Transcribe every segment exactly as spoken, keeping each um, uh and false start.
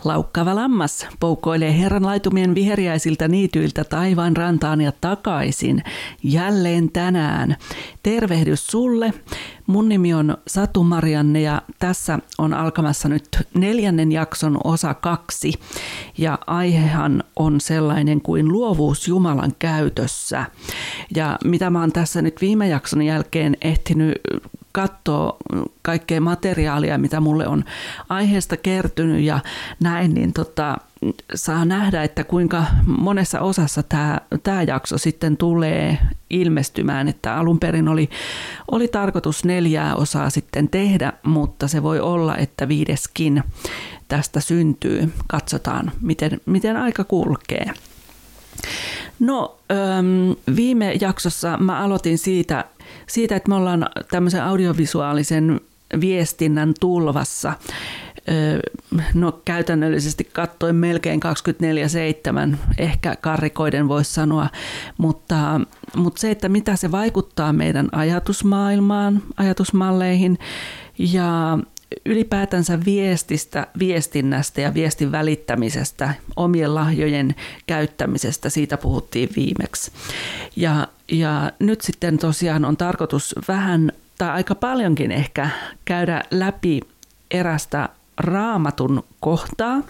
Laukkava lammas poukkoilee Herran laitumien viheriäisiltä niityiltä taivaan rantaan ja takaisin jälleen tänään. Tervehdys sulle. Mun nimi on Satu Marianne ja tässä on alkamassa nyt neljännen jakson osa kaksi. Ja aihehan on sellainen kuin luovuus Jumalan käytössä. Ja mitä mä oon tässä nyt viime jakson jälkeen ehtinyt katsoa kaikkea materiaalia, mitä mulle on aiheesta kertynyt ja näin, niin tota, saa nähdä, että kuinka monessa osassa tämä, tämä jakso sitten tulee ilmestymään, että alun perin oli, oli tarkoitus neljää osaa sitten tehdä, mutta se voi olla, että viideskin tästä syntyy. Katsotaan, miten, miten aika kulkee. No, viime jaksossa mä aloitin siitä, siitä, että me ollaan tämmöisen audiovisuaalisen viestinnän tulvassa. No käytännöllisesti katsoen melkein kaksikymmentäneljä seitsemän, ehkä karrikoiden voisi sanoa, mutta, mutta se, että mitä se vaikuttaa meidän ajatusmaailmaan, ajatusmalleihin ja ylipäätänsä viestistä, viestinnästä ja viestin välittämisestä, omien lahjojen käyttämisestä, siitä puhuttiin viimeksi. Ja, ja nyt sitten tosiaan on tarkoitus vähän tai aika paljonkin ehkä käydä läpi erästä Raamatun kohtaa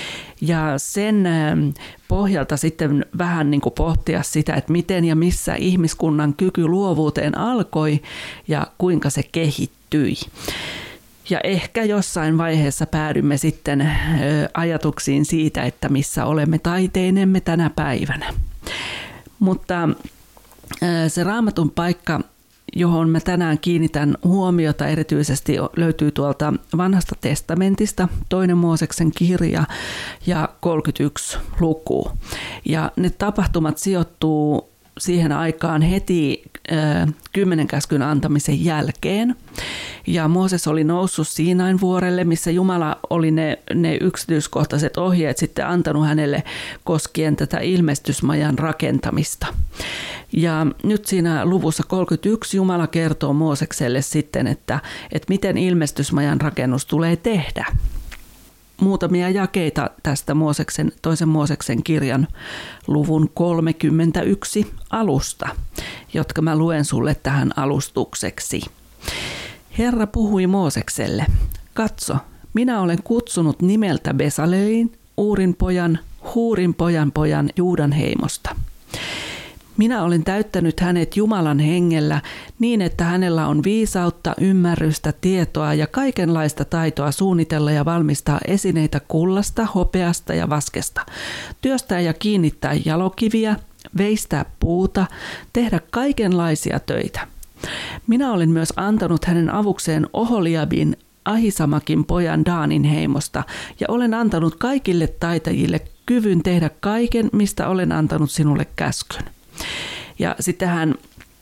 ja sen pohjalta sitten vähän niin kuin pohtia sitä, että miten ja missä ihmiskunnan kyky luovuuteen alkoi ja kuinka se kehittyi. Ja ehkä jossain vaiheessa päädymme sitten ajatuksiin siitä, että missä olemme taiteinemme tänä päivänä. Mutta se Raamatun paikka, johon mä tänään kiinnitän huomiota erityisesti, löytyy tuolta Vanhasta testamentista, toinen Mooseksen kirja ja kolmekymmentäyksi luku. Ja ne tapahtumat sijoittuu siihen aikaan heti äh, kymmenen käskyn antamisen jälkeen. Ja Mooses oli noussut Siinain vuorelle, missä Jumala oli ne, ne yksityiskohtaiset ohjeet sitten antanut hänelle koskien tätä ilmestysmajan rakentamista. Ja nyt siinä luvussa kolmekymmentäyksi Jumala kertoo Moosekselle sitten, että, että miten ilmestysmajan rakennus tulee tehdä. Muutamia jakeita tästä Mooseksen, toisen Mooseksen kirjan luvun kolmekymmentäyksi alusta, jotka mä luen sulle tähän alustukseksi. Herra puhui Moosekselle, katso, minä olen kutsunut nimeltä Besalelin, Uurin pojan, Huurin pojan pojan Juudan heimosta. Minä olen täyttänyt hänet Jumalan hengellä niin, että hänellä on viisautta, ymmärrystä, tietoa ja kaikenlaista taitoa suunnitella ja valmistaa esineitä kullasta, hopeasta ja vaskesta, työstää ja kiinnittää jalokiviä, veistää puuta, tehdä kaikenlaisia töitä. Minä olen myös antanut hänen avukseen Oholiabin, Ahisamakin pojan Daanin heimosta ja olen antanut kaikille taitajille kyvyn tehdä kaiken, mistä olen antanut sinulle käskyn. Ja sittenhän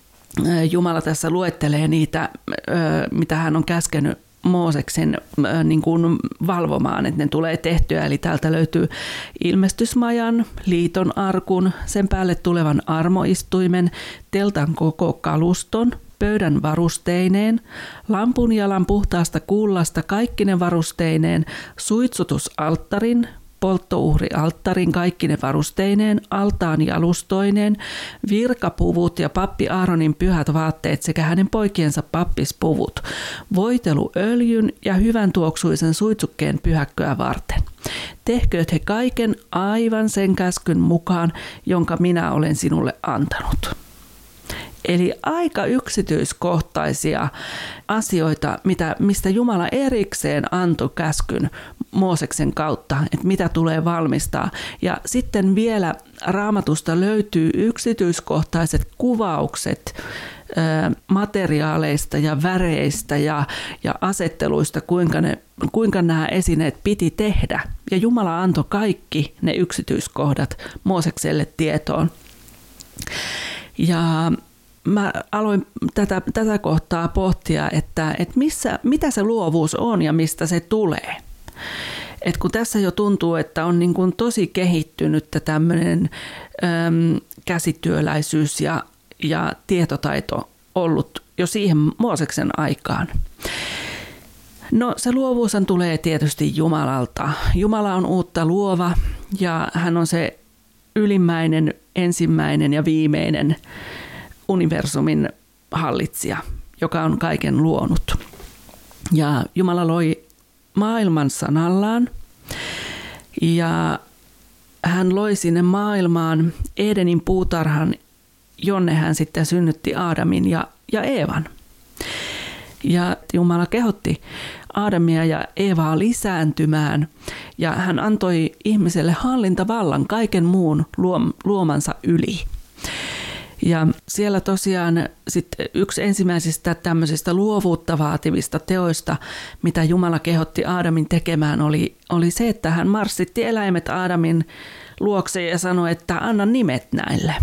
Jumala tässä luettelee niitä, mitä hän on käskenyt Mooseksen niin kuin valvomaan, että ne tulee tehtyä. Eli täältä löytyy ilmestysmajan, liiton arkun, sen päälle tulevan armoistuimen, teltan koko kaluston, pöydän varusteineen, lampun jalan puhtaasta kullasta kaikkine varusteineen, suitsutusalttarin, polttouhrialttarin kaikkine varusteineen, altaan jalustoineen, virkapuvut ja pappi Aaronin pyhät vaatteet sekä hänen poikiensa pappispuvut, voiteluöljyn ja hyvän tuoksuisen suitsukkeen pyhäkköä varten. Tehkööt he kaiken aivan sen käskyn mukaan, jonka minä olen sinulle antanut. Eli aika yksityiskohtaisia asioita, mitä, mistä Jumala erikseen antoi käskyn Mooseksen kautta, että mitä tulee valmistaa. Ja sitten vielä Raamatusta löytyy yksityiskohtaiset kuvaukset ä, materiaaleista ja väreistä ja, ja asetteluista, kuinka, ne, kuinka nämä esineet piti tehdä. Ja Jumala antoi kaikki ne yksityiskohdat Moosekselle tietoon. Ja mä aloin tätä, tätä kohtaa pohtia, että, että missä, mitä se luovuus on ja mistä se tulee. Et kun tässä jo tuntuu, että on niin kuin tosi kehittynyt tämmöinen äm, käsityöläisyys ja, ja tietotaito ollut jo siihen Mooseksen aikaan. No se luovuushan tulee tietysti Jumalalta. Jumala on uutta luova ja hän on se ylimmäinen, ensimmäinen ja viimeinen universumin hallitsija, joka on kaiken luonut. Ja Jumala loi maailman sanallaan ja hän loi sinne maailmaan Edenin puutarhan, jonne hän sitten synnytti Aadamin ja, ja Eevan. Ja Jumala kehotti Aadamia ja Eevaa lisääntymään ja hän antoi ihmiselle hallintavallan kaiken muun luomansa yli. Ja siellä tosiaan sitten yksi ensimmäisistä tämmöisistä luovuutta vaativista teoista, mitä Jumala kehotti Aadamin tekemään, oli, oli se, että hän marssitti eläimet Aadamin luokse ja sanoi, että anna nimet näille.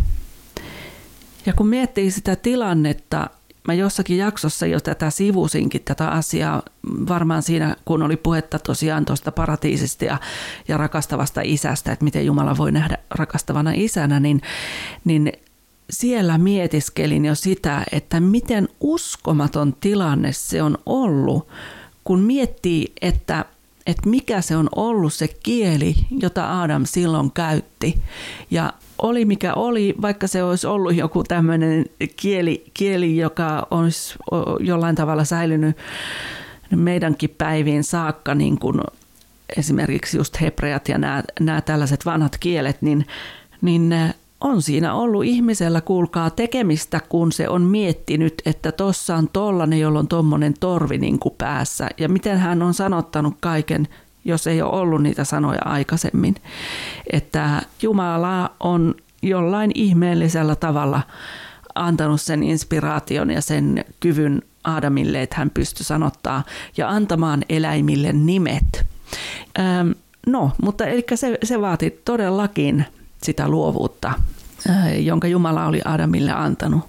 Ja kun miettii sitä tilannetta, mä jossakin jaksossa jo tätä sivusinkin tätä asiaa, varmaan siinä kun oli puhetta tosiaan tuosta paratiisista ja, ja rakastavasta isästä, että miten Jumala voi nähdä rakastavana isänä, niin, niin siellä mietiskelin jo sitä, että miten uskomaton tilanne se on ollut, kun miettii, että, että mikä se on ollut se kieli, jota Adam silloin käytti. Ja oli mikä oli, vaikka se olisi ollut joku tämmöinen kieli, kieli, joka olisi jollain tavalla säilynyt meidänkin päiviin saakka, niin kuin esimerkiksi just hebreat ja nämä, nämä tällaiset vanhat kielet, niin, niin on siinä ollut ihmisellä, kuulkaa, tekemistä, kun se on miettinyt, että tossa on tollainen, jolla on tommonen torvi niin kuin päässä. Ja miten hän on sanottanut kaiken, jos ei ole ollut niitä sanoja aikaisemmin. Että Jumala on jollain ihmeellisellä tavalla antanut sen inspiraation ja sen kyvyn Aadamille, että hän pystyi sanottaa ja antamaan eläimille nimet. Ähm, no, mutta eli se, se vaati todellakin sitä luovuutta, jonka Jumala oli Aadamille antanut.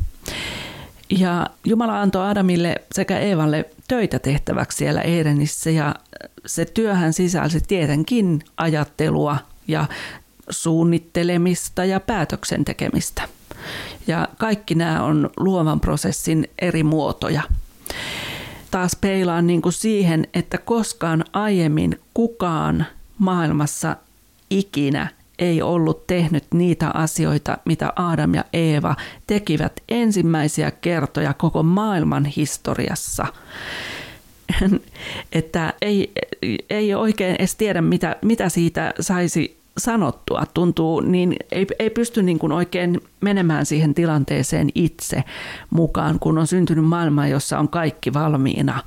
Ja Jumala antoi Aadamille sekä Eevalle töitä tehtäväksi siellä Edenissä, ja se työhän sisälsi tietenkin ajattelua ja suunnittelemista ja päätöksen tekemistä. Ja kaikki nämä on luovan prosessin eri muotoja. Taas peilaan niin kuin siihen, että koskaan aiemmin kukaan maailmassa ikinä ei ollut tehnyt niitä asioita, mitä Aadam ja Eeva tekivät ensimmäisiä kertoja koko maailman historiassa. Että ei, ei oikein edes tiedä, mitä, mitä siitä saisi sanottua. Tuntuu, niin ei, ei pysty niin kuin oikein menemään siihen tilanteeseen itse mukaan, kun on syntynyt maailma, jossa on kaikki valmiina.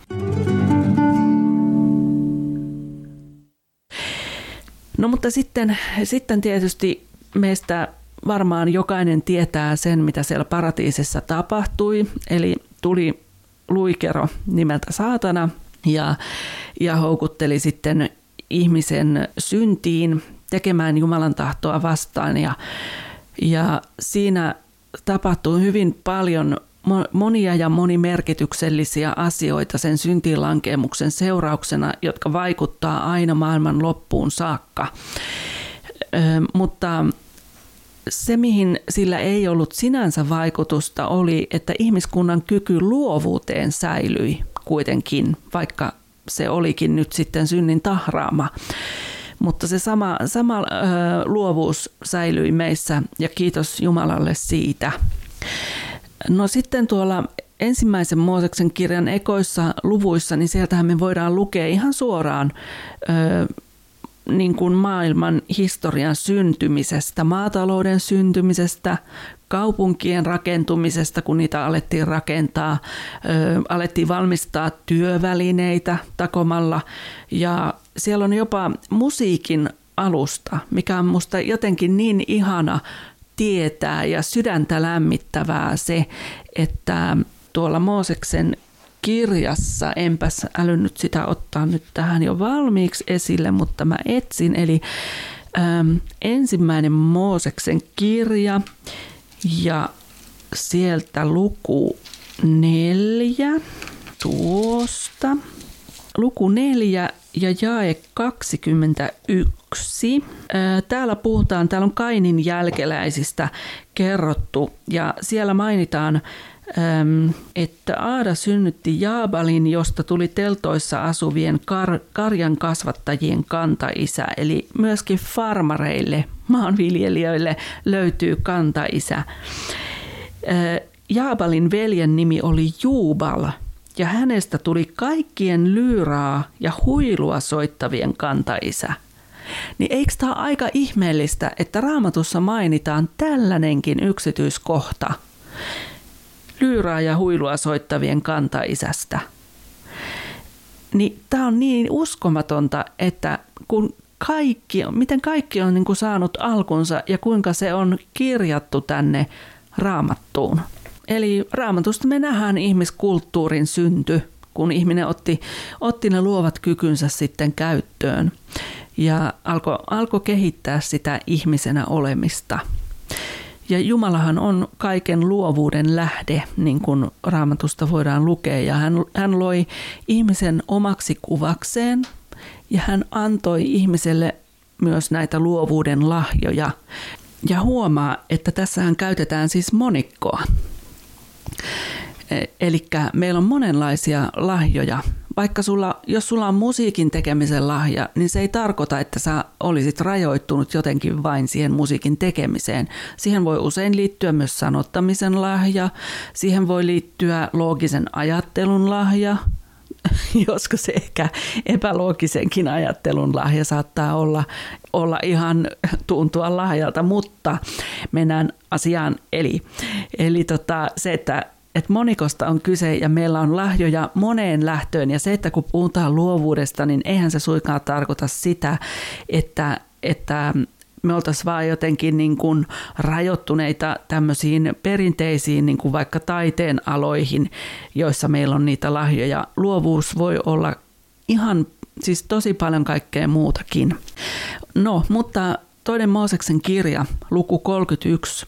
No mutta sitten, sitten tietysti meistä varmaan jokainen tietää sen, mitä siellä paratiisissa tapahtui. Eli tuli luikero nimeltä saatana ja, ja houkutteli sitten ihmisen syntiin tekemään Jumalan tahtoa vastaan. Ja, ja siinä tapahtui hyvin paljon monia ja monimerkityksellisiä asioita sen syntiinlankeemuksen seurauksena, jotka vaikuttaa aina maailman loppuun saakka. Ö, mutta se, mihin sillä ei ollut sinänsä vaikutusta, oli, että ihmiskunnan kyky luovuuteen säilyi kuitenkin, vaikka se olikin nyt sitten synnin tahraama. Mutta se sama, sama ö, luovuus säilyi meissä ja kiitos Jumalalle siitä. No sitten tuolla ensimmäisen Mooseksen kirjan ekoissa luvuissa, niin sieltähän me voidaan lukea ihan suoraan ö, niin kuin maailman historian syntymisestä, maatalouden syntymisestä, kaupunkien rakentumisesta, kun niitä alettiin rakentaa, ö, alettiin valmistaa työvälineitä takomalla ja siellä on jopa musiikin alusta, mikä on musta jotenkin niin ihana tietää ja sydäntä lämmittävää se, että tuolla Mooseksen kirjassa, enpäs älynnyt sitä ottaa nyt tähän jo valmiiksi esille, mutta mä etsin, eli äm, ensimmäinen Mooseksen kirja ja sieltä luku neljä tuosta, luku neljä ja jae kaksikymmentäyksi. Täällä puhutaan, täällä on Kainin jälkeläisistä kerrottu ja siellä mainitaan että Aada synnytti Jaabalin, josta tuli teltoissa asuvien kar- karjan kasvattajien kantaisä. Eli myöskin farmareille, maanviljelijöille löytyy kantaisä. Jaabalin veljen nimi oli Juubal, ja hänestä tuli kaikkien lyyraa ja huilua soittavien kantaisä. Niin eikö tämä ole aika ihmeellistä, että Raamatussa mainitaan tällainenkin yksityiskohta lyyraa ja huilua soittavien kantaisästä? Niin tämä on niin uskomatonta, että kun kaikki, miten kaikki on niin kuin saanut alkunsa ja kuinka se on kirjattu tänne Raamattuun. Eli Raamatusta me nähdään ihmiskulttuurin synty, kun ihminen otti, otti ne luovat kykynsä sitten käyttöön ja alkoi alko kehittää sitä ihmisenä olemista. Ja Jumalahan on kaiken luovuuden lähde, niin kuin Raamatusta voidaan lukea, ja hän, hän loi ihmisen omaksi kuvakseen ja hän antoi ihmiselle myös näitä luovuuden lahjoja. Ja huomaa, että tässähän käytetään siis monikkoa. Eli meillä on monenlaisia lahjoja. Vaikka sulla, jos sulla on musiikin tekemisen lahja, niin se ei tarkoita, että sä olisit rajoittunut jotenkin vain siihen musiikin tekemiseen. Siihen voi usein liittyä myös sanottamisen lahja, siihen voi liittyä loogisen ajattelun lahja, joskus ehkä epäloogisenkin ajattelun lahja saattaa olla, olla ihan tuntua lahjalta, mutta mennään asiaan. Eli, eli tota, se, että että monikosta on kyse ja meillä on lahjoja moneen lähtöön, ja se, että kun puhutaan luovuudesta, niin eihän se suinkaan tarkoita sitä, että, että me oltaisiin vaan jotenkin niin kuin rajoittuneita tämmöisiin perinteisiin niin kuin vaikka taiteen aloihin, joissa meillä on niitä lahjoja. Luovuus voi olla ihan siis tosi paljon kaikkea muutakin. No, mutta toinen Mooseksen kirja, luku kolmekymmentäyksi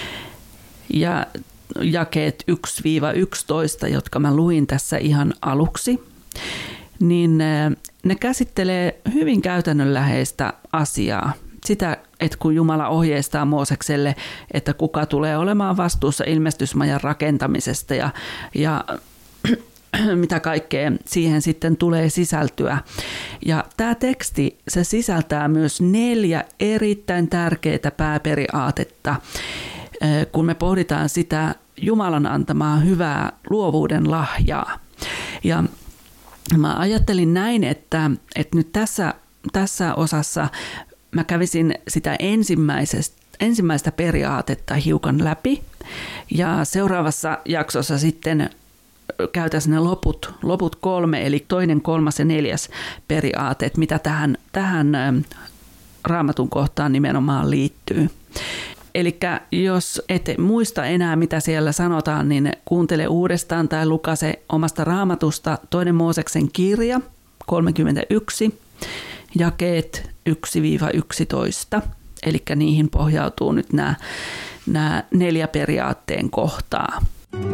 ja jakeet yksi yksitoista, jotka mä luin tässä ihan aluksi, niin ne käsittelee hyvin käytännönläheistä asiaa. Sitä, että kun Jumala ohjeistaa Moosekselle, että kuka tulee olemaan vastuussa ilmestysmajan rakentamisesta ja, ja mitä kaikkea siihen sitten tulee sisältyä. Ja tämä teksti, se sisältää myös neljä erittäin tärkeää pääperiaatetta, kun me pohditaan sitä Jumalan antamaa hyvää luovuuden lahjaa. Ja mä ajattelin näin, että, että nyt tässä, tässä osassa mä kävisin sitä ensimmäisestä, ensimmäistä periaatetta hiukan läpi, ja seuraavassa jaksossa sitten käytäisiin ne loput, loput kolme, eli toinen, kolmas ja neljäs periaate, että mitä tähän, tähän Raamatun kohtaan nimenomaan liittyy. Eli jos et muista enää, mitä siellä sanotaan, niin kuuntele uudestaan tai lukase omasta Raamatusta toinen Mooseksen kirja kolmekymmentäyksi, jakeet yksi yksitoista. Eli niihin pohjautuu nyt nämä, nämä neljä periaatteen kohtaa.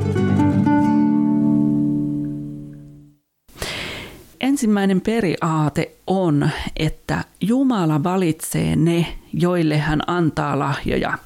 Ensimmäinen periaate on, että Jumala valitsee ne, joille hän antaa lahjoja.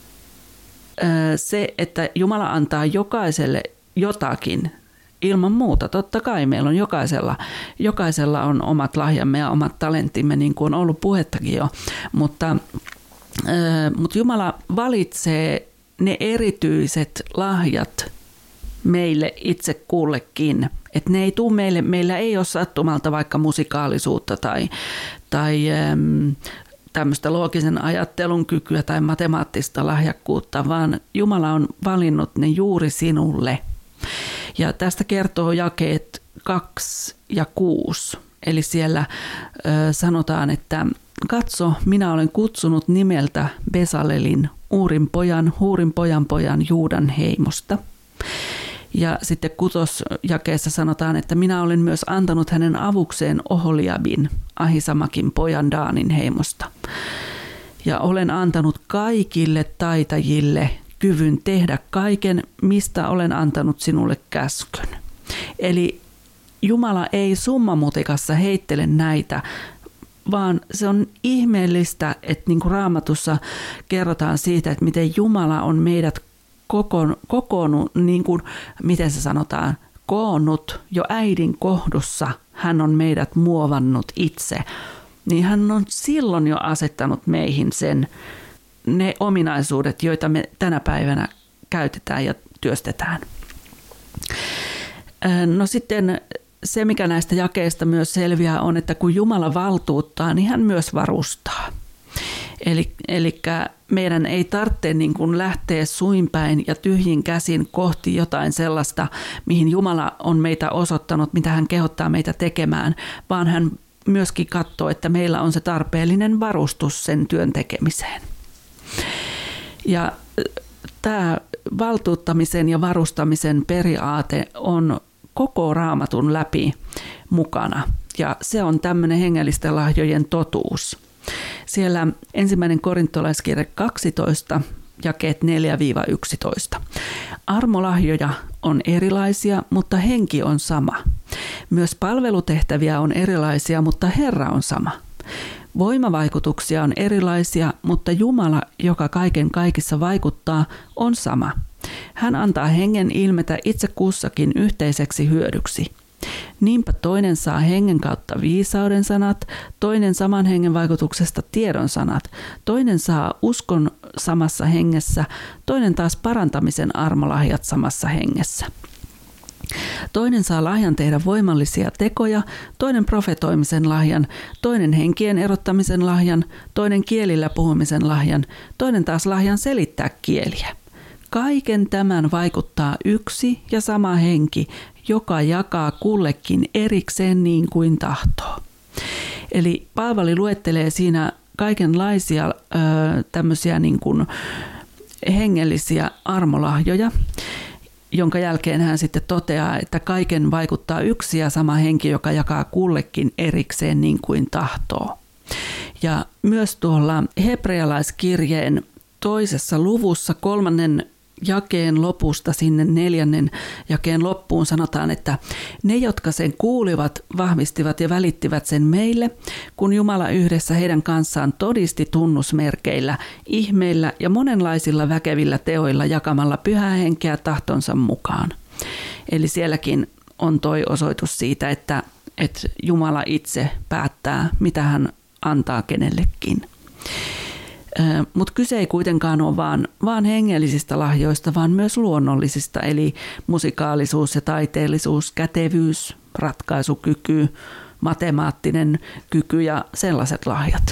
Se, että Jumala antaa jokaiselle jotakin, ilman muuta, totta kai meillä on jokaisella, jokaisella on omat lahjamme ja omat talenttimme, niin kuin on ollut puhettakin jo, mutta, mutta Jumala valitsee ne erityiset lahjat meille itse kullekin. Että ne ei tule meille, meillä ei ole sattumalta vaikka musikaalisuutta tai, tai äm, tämmöistä loogisen ajattelun kykyä tai matemaattista lahjakkuutta, vaan Jumala on valinnut ne juuri sinulle. Ja tästä kertoo jakeet kaksi ja kuusi. Eli siellä ö, sanotaan, että katso, minä olen kutsunut nimeltä Besalelin, Uurin pojan, Huurin pojan pojan Juudan heimosta. Ja sitten kutosjakeessa sanotaan, että minä olen myös antanut hänen avukseen Oholiabin, Ahisamakin pojan Daanin heimosta. Ja olen antanut kaikille taitajille kyvyn tehdä kaiken, mistä olen antanut sinulle käskyn. Eli Jumala ei summamutikassa heittele näitä, vaan se on ihmeellistä, että niin kuin Raamatussa kerrotaan siitä, että miten Jumala on meidät kokoon, kokoonnut, niin kuin, miten se sanotaan, koonnut jo äidin kohdussa, hän on meidät muovannut itse, niin hän on silloin jo asettanut meihin sen, ne ominaisuudet, joita me tänä päivänä käytetään ja työstetään. No sitten se, mikä näistä jakeista myös selviää, on, että kun Jumala valtuuttaa, niin hän myös varustaa. Eli, eli meidän ei tarvitse niin kuin lähteä suinpäin ja tyhjin käsin kohti jotain sellaista, mihin Jumala on meitä osoittanut, mitä hän kehottaa meitä tekemään, vaan hän myöskin katsoo, että meillä on se tarpeellinen varustus sen työn tekemiseen. Ja tämä valtuuttamisen ja varustamisen periaate on koko Raamatun läpi mukana, ja se on tämmöinen hengellisten lahjojen totuus. Siellä ensimmäinen korintolaiskirje kaksitoista, jakeet neljä yksitoista. Armolahjoja on erilaisia, mutta henki on sama. Myös palvelutehtäviä on erilaisia, mutta Herra on sama. Voimavaikutuksia on erilaisia, mutta Jumala, joka kaiken kaikissa vaikuttaa, on sama. Hän antaa hengen ilmetä itse kussakin yhteiseksi hyödyksi. Niinpä toinen saa hengen kautta viisauden sanat, toinen saman hengen vaikutuksesta tiedon sanat, toinen saa uskon samassa hengessä, toinen taas parantamisen armolahjat samassa hengessä. Toinen saa lahjan tehdä voimallisia tekoja, toinen profetoimisen lahjan, toinen henkien erottamisen lahjan, toinen kielillä puhumisen lahjan, toinen taas lahjan selittää kieliä. Kaiken tämän vaikuttaa yksi ja sama henki, joka jakaa kullekin erikseen niin kuin tahtoo. Eli Paavali luettelee siinä kaikenlaisia ö, tämmöisiä niin kuin hengellisiä armolahjoja, jonka jälkeen hän sitten toteaa, että kaiken vaikuttaa yksi ja sama henki, joka jakaa kullekin erikseen niin kuin tahtoo. Ja myös tuolla hebrealaiskirjeen toisessa luvussa kolmannen jakeen lopusta sinne neljännen jakeen loppuun sanotaan, että ne, jotka sen kuulivat, vahvistivat ja välittivät sen meille, kun Jumala yhdessä heidän kanssaan todisti tunnusmerkeillä, ihmeillä ja monenlaisilla väkevillä teoilla jakamalla pyhää henkeä tahtonsa mukaan. Eli sielläkin on toi osoitus siitä, että, että Jumala itse päättää, mitä hän antaa kenellekin. Mutta kyse ei kuitenkaan ole vaan, vaan hengellisistä lahjoista, vaan myös luonnollisista, eli musikaalisuus ja taiteellisuus, kätevyys, ratkaisukyky, matemaattinen kyky ja sellaiset lahjat.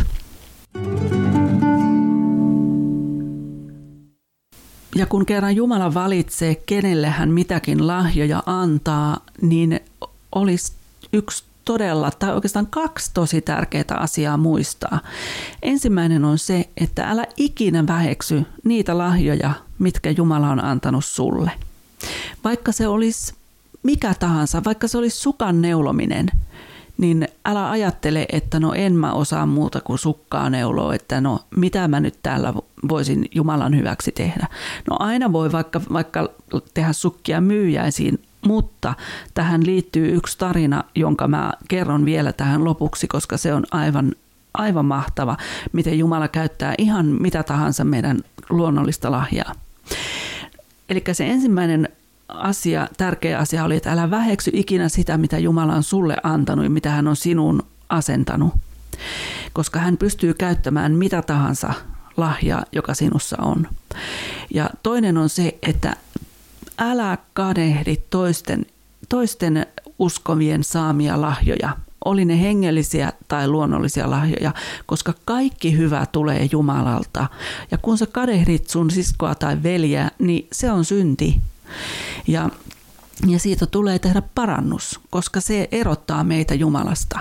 Ja kun kerran Jumala valitsee, kenelle hän mitäkin lahjoja antaa, niin olisi yksi todella, tai oikeastaan kaksi tosi tärkeää asiaa muistaa. Ensimmäinen on se, että älä ikinä väheksy niitä lahjoja, mitkä Jumala on antanut sulle. Vaikka se olisi mikä tahansa, vaikka se olisi sukan neulominen, niin älä ajattele, että no en mä osaa muuta kuin sukkaa neuloa, että no mitä mä nyt täällä voisin Jumalan hyväksi tehdä. No aina voi vaikka, vaikka tehdä sukkia myyjäisiin, mutta tähän liittyy yksi tarina, jonka mä kerron vielä tähän lopuksi, koska se on aivan, aivan mahtava, miten Jumala käyttää ihan mitä tahansa meidän luonnollista lahjaa. Eli se ensimmäinen asia, tärkeä asia oli, että älä väheksy ikinä sitä, mitä Jumala on sulle antanut ja mitä hän on sinun asentanut, koska hän pystyy käyttämään mitä tahansa lahjaa, joka sinussa on. Ja toinen on se, että älä kadehdi toisten, toisten uskovien saamia lahjoja, oli ne hengellisiä tai luonnollisia lahjoja, koska kaikki hyvä tulee Jumalalta. Ja kun sä kadehdit sun siskoa tai veljeä, niin se on synti. Ja, ja siitä tulee tehdä parannus, koska se erottaa meitä Jumalasta.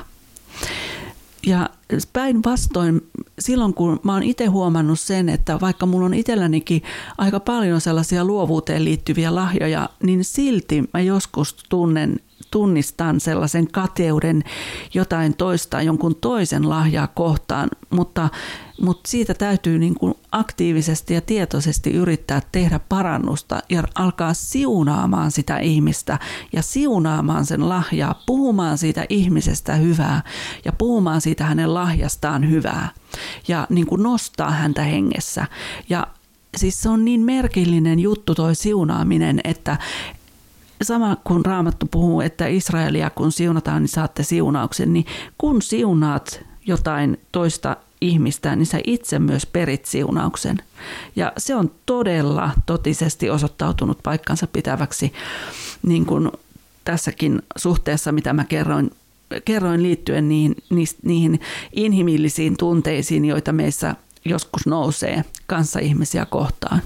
Ja päinvastoin silloin, kun mä oon itse huomannut sen, että vaikka mulla on itsellänikin aika paljon sellaisia luovuuteen liittyviä lahjoja, niin silti mä joskus tunnen, tunnistan sellaisen kateuden jotain toista, jonkun toisen lahjaa kohtaan, mutta, mutta siitä täytyy niin kuin aktiivisesti ja tietoisesti yrittää tehdä parannusta ja alkaa siunaamaan sitä ihmistä ja siunaamaan sen lahjaa, puhumaan siitä ihmisestä hyvää ja puhumaan siitä hänen lahjastaan hyvää ja niin kuin nostaa häntä hengessä. Ja siis se on niin merkillinen juttu toi siunaaminen, että sama kun Raamattu puhuu, että Israelia kun siunataan, niin saatte siunauksen, niin kun siunaat jotain toista ihmistä, niin sä itse myös perit siunauksen. Ja se on todella totisesti osoittautunut paikkansa pitäväksi niin kuin tässäkin suhteessa, mitä mä kerroin, kerroin liittyen niihin, niihin inhimillisiin tunteisiin, joita meissä joskus nousee kanssaihmisiä kohtaan.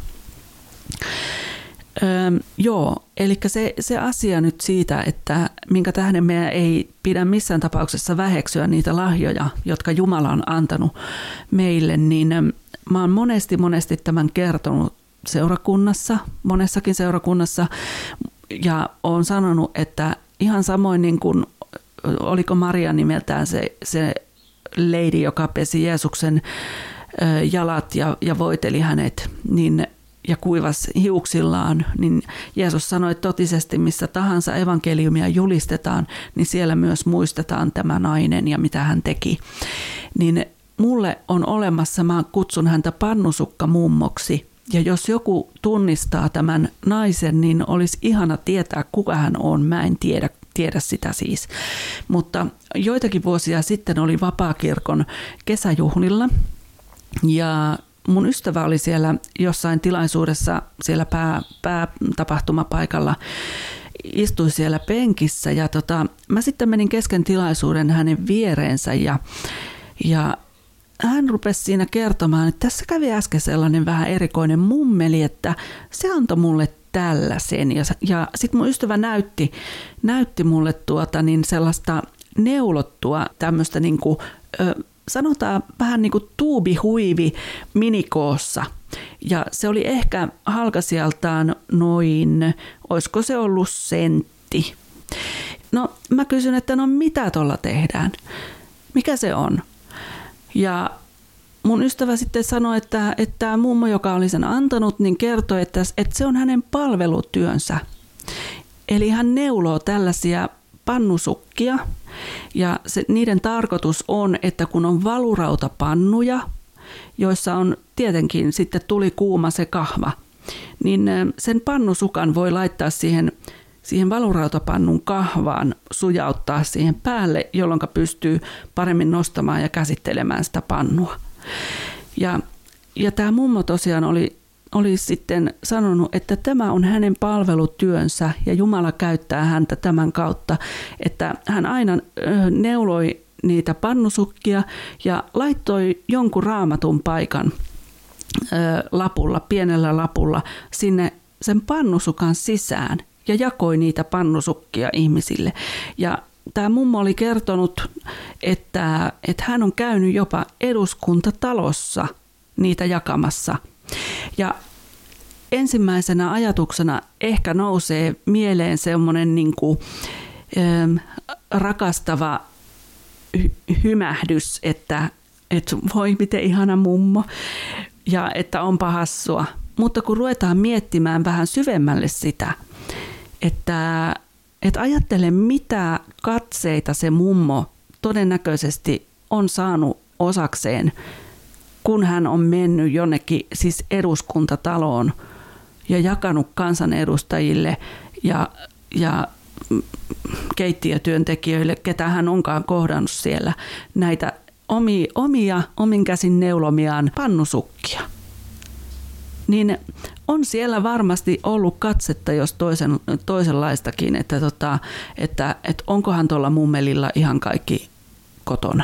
Öö, joo, eli se, se asia nyt siitä, että minkä tähden meidän ei pidä missään tapauksessa väheksyä niitä lahjoja, jotka Jumala on antanut meille, niin mä oon monesti monesti tämän kertonut seurakunnassa, monessakin seurakunnassa, ja oon sanonut, että ihan samoin niin kuin, oliko Maria nimeltään se, se lady, joka pesi Jeesuksen jalat ja, ja voiteli hänet, niin ja kuivas hiuksillaan, niin Jeesus sanoi, että totisesti missä tahansa evankeliumia julistetaan, niin siellä myös muistetaan tämä nainen ja mitä hän teki. Niin mulle on olemassa, mä kutsun häntä pannusukkamummoksi, ja jos joku tunnistaa tämän naisen, niin olisi ihana tietää, kuka hän on. Mä en tiedä, tiedä sitä siis. Mutta joitakin vuosia sitten oli Vapaakirkon kesäjuhlilla, ja mun ystävä oli siellä jossain tilaisuudessa siellä pää, päätapahtumapaikalla, istui siellä penkissä ja tota, mä sitten menin kesken tilaisuuden hänen viereensä ja, ja hän rupesi siinä kertomaan, että tässä kävi äsken sellainen vähän erikoinen mummeli, että se antoi mulle tällaisen ja, ja sitten mun ystävä näytti, näytti mulle tuota niin sellaista neulottua tämmöistä niinku ö, sanotaan vähän niin kuin tuubihuivi minikoossa. Ja se oli ehkä halkasijaltaan noin, olisiko se ollut sentti. No mä kysyn, että no mitä tuolla tehdään? Mikä se on? Ja mun ystävä sitten sanoi, että, että tämä mummo, joka oli sen antanut, niin kertoi, että, että se on hänen palvelutyönsä. Eli hän neuloo tällaisia pannusukkia. Ja se, niiden tarkoitus on, että kun on valurautapannuja, joissa on tietenkin sitten tuli kuuma se kahva, niin sen pannusukan voi laittaa siihen, siihen valurautapannun kahvaan, sujauttaa siihen päälle, jolloin pystyy paremmin nostamaan ja käsittelemään sitä pannua. Ja, ja tämä mummo tosiaan oli, oli sitten sanonut, että tämä on hänen palvelutyönsä ja Jumala käyttää häntä tämän kautta, että hän aina neuloi niitä pannusukkia ja laittoi jonkun raamatun paikan lapulla, pienellä lapulla sinne sen pannusukan sisään ja jakoi niitä pannusukkia ihmisille. Ja tämä mummo oli kertonut, että, että hän on käynyt jopa eduskuntatalossa niitä jakamassa. Ja ensimmäisenä ajatuksena ehkä nousee mieleen semmoinen niin kuin, ö, rakastava hy- hymähdys, että, että voi miten ihana mummo ja että onpa hassua. Mutta kun ruvetaan miettimään vähän syvemmälle sitä, että, että ajattele mitä katseita se mummo todennäköisesti on saanut osakseen, kun hän on mennyt jonnekin siis eduskuntataloon ja jakanut kansanedustajille ja, ja keittiötyöntekijöille, ketä hän onkaan kohdannut siellä, näitä omia, omia omin käsin neulomiaan pannusukkia. Niin on siellä varmasti ollut katsetta, jos toisen, toisenlaistakin, että, tota, että, että onkohan tuolla mummelilla ihan kaikki kotona.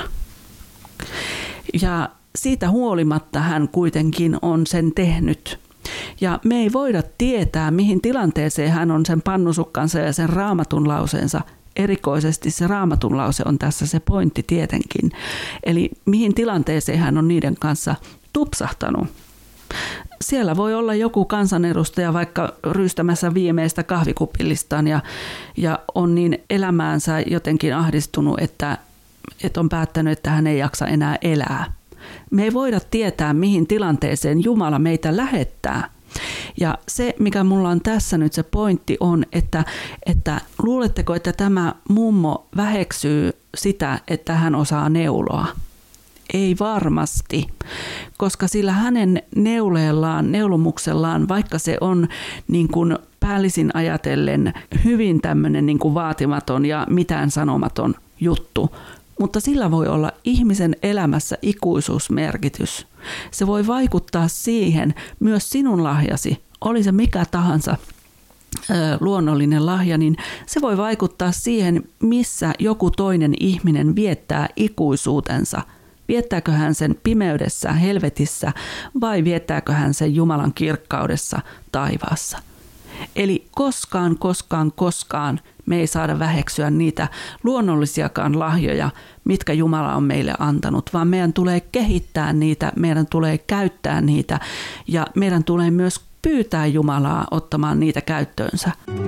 Ja siitä huolimatta hän kuitenkin on sen tehnyt. Ja me ei voida tietää, mihin tilanteeseen hän on sen pannusukkansa ja sen raamatun lauseensa. Erikoisesti se raamatun lause on tässä se pointti tietenkin. Eli mihin tilanteeseen hän on niiden kanssa tupsahtanut. Siellä voi olla joku kansanedustaja vaikka ryystämässä viimeistä kahvikupillistaan ja, ja on niin elämäänsä jotenkin ahdistunut, että, että on päättänyt, että hän ei jaksa enää elää. Me ei voida tietää, mihin tilanteeseen Jumala meitä lähettää. Ja se, mikä mulla on tässä nyt se pointti on, että, että luuletteko, että tämä mummo väheksyy sitä, että hän osaa neuloa? Ei varmasti, koska sillä hänen neuleellaan, neulomuksellaan, vaikka se on niin kuin päällisin ajatellen hyvin tämmöinen niin kuin vaatimaton ja mitään sanomaton juttu, mutta sillä voi olla ihmisen elämässä ikuisuusmerkitys. Se voi vaikuttaa siihen, myös sinun lahjasi, oli se mikä tahansa ö, luonnollinen lahja, niin se voi vaikuttaa siihen, missä joku toinen ihminen viettää ikuisuutensa. Viettääkö hän sen pimeydessä, helvetissä vai viettääkö hän sen Jumalan kirkkaudessa taivaassa. Eli koskaan, koskaan, koskaan me ei saada väheksyä niitä luonnollisiakaan lahjoja, mitkä Jumala on meille antanut, vaan meidän tulee kehittää niitä, meidän tulee käyttää niitä ja meidän tulee myös pyytää Jumalaa ottamaan niitä käyttöönsä.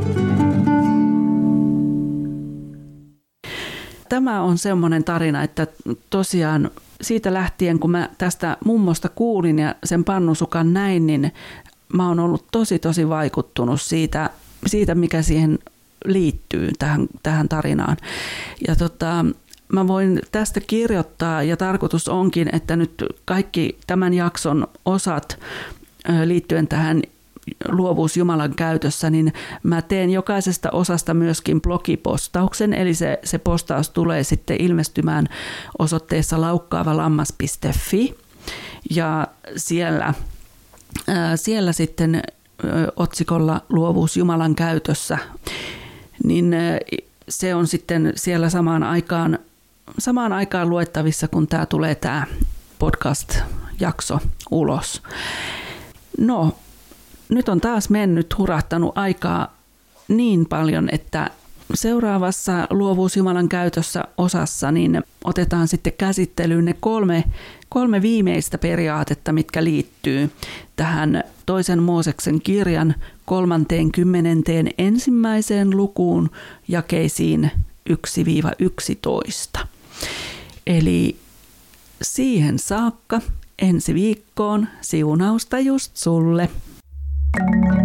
Tämä on semmoinen tarina, että tosiaan siitä lähtien, kun mä tästä mummosta kuulin ja sen pannusukan näin, niin mä oon ollut tosi tosi vaikuttunut siitä, siitä mikä siihen liittyy tähän, tähän tarinaan. Ja tota, mä voin tästä kirjoittaa ja tarkoitus onkin, että nyt kaikki tämän jakson osat liittyen tähän luovuus Jumalan käytössä, niin mä teen jokaisesta osasta myöskin blogipostauksen, eli se, se postaus tulee sitten ilmestymään osoitteessa laukkaavalammas piste fi ja siellä, ää, siellä sitten ä, otsikolla luovuus Jumalan käytössä, niin ä, se on sitten siellä samaan aikaan, samaan aikaan luettavissa, kun tämä tulee tämä podcast-jakso ulos. No, nyt on taas mennyt, hurahtanut aikaa niin paljon, että seuraavassa luovuus Jumalan käytössä osassa niin otetaan sitten käsittelyyn ne kolme, kolme viimeistä periaatetta, mitkä liittyy tähän toisen Mooseksen kirjan kolmanteen kymmenenteen ensimmäiseen lukuun jakeisiin yksi yksitoista. Eli siihen saakka ensi viikkoon siunausta just sulle. Thank you.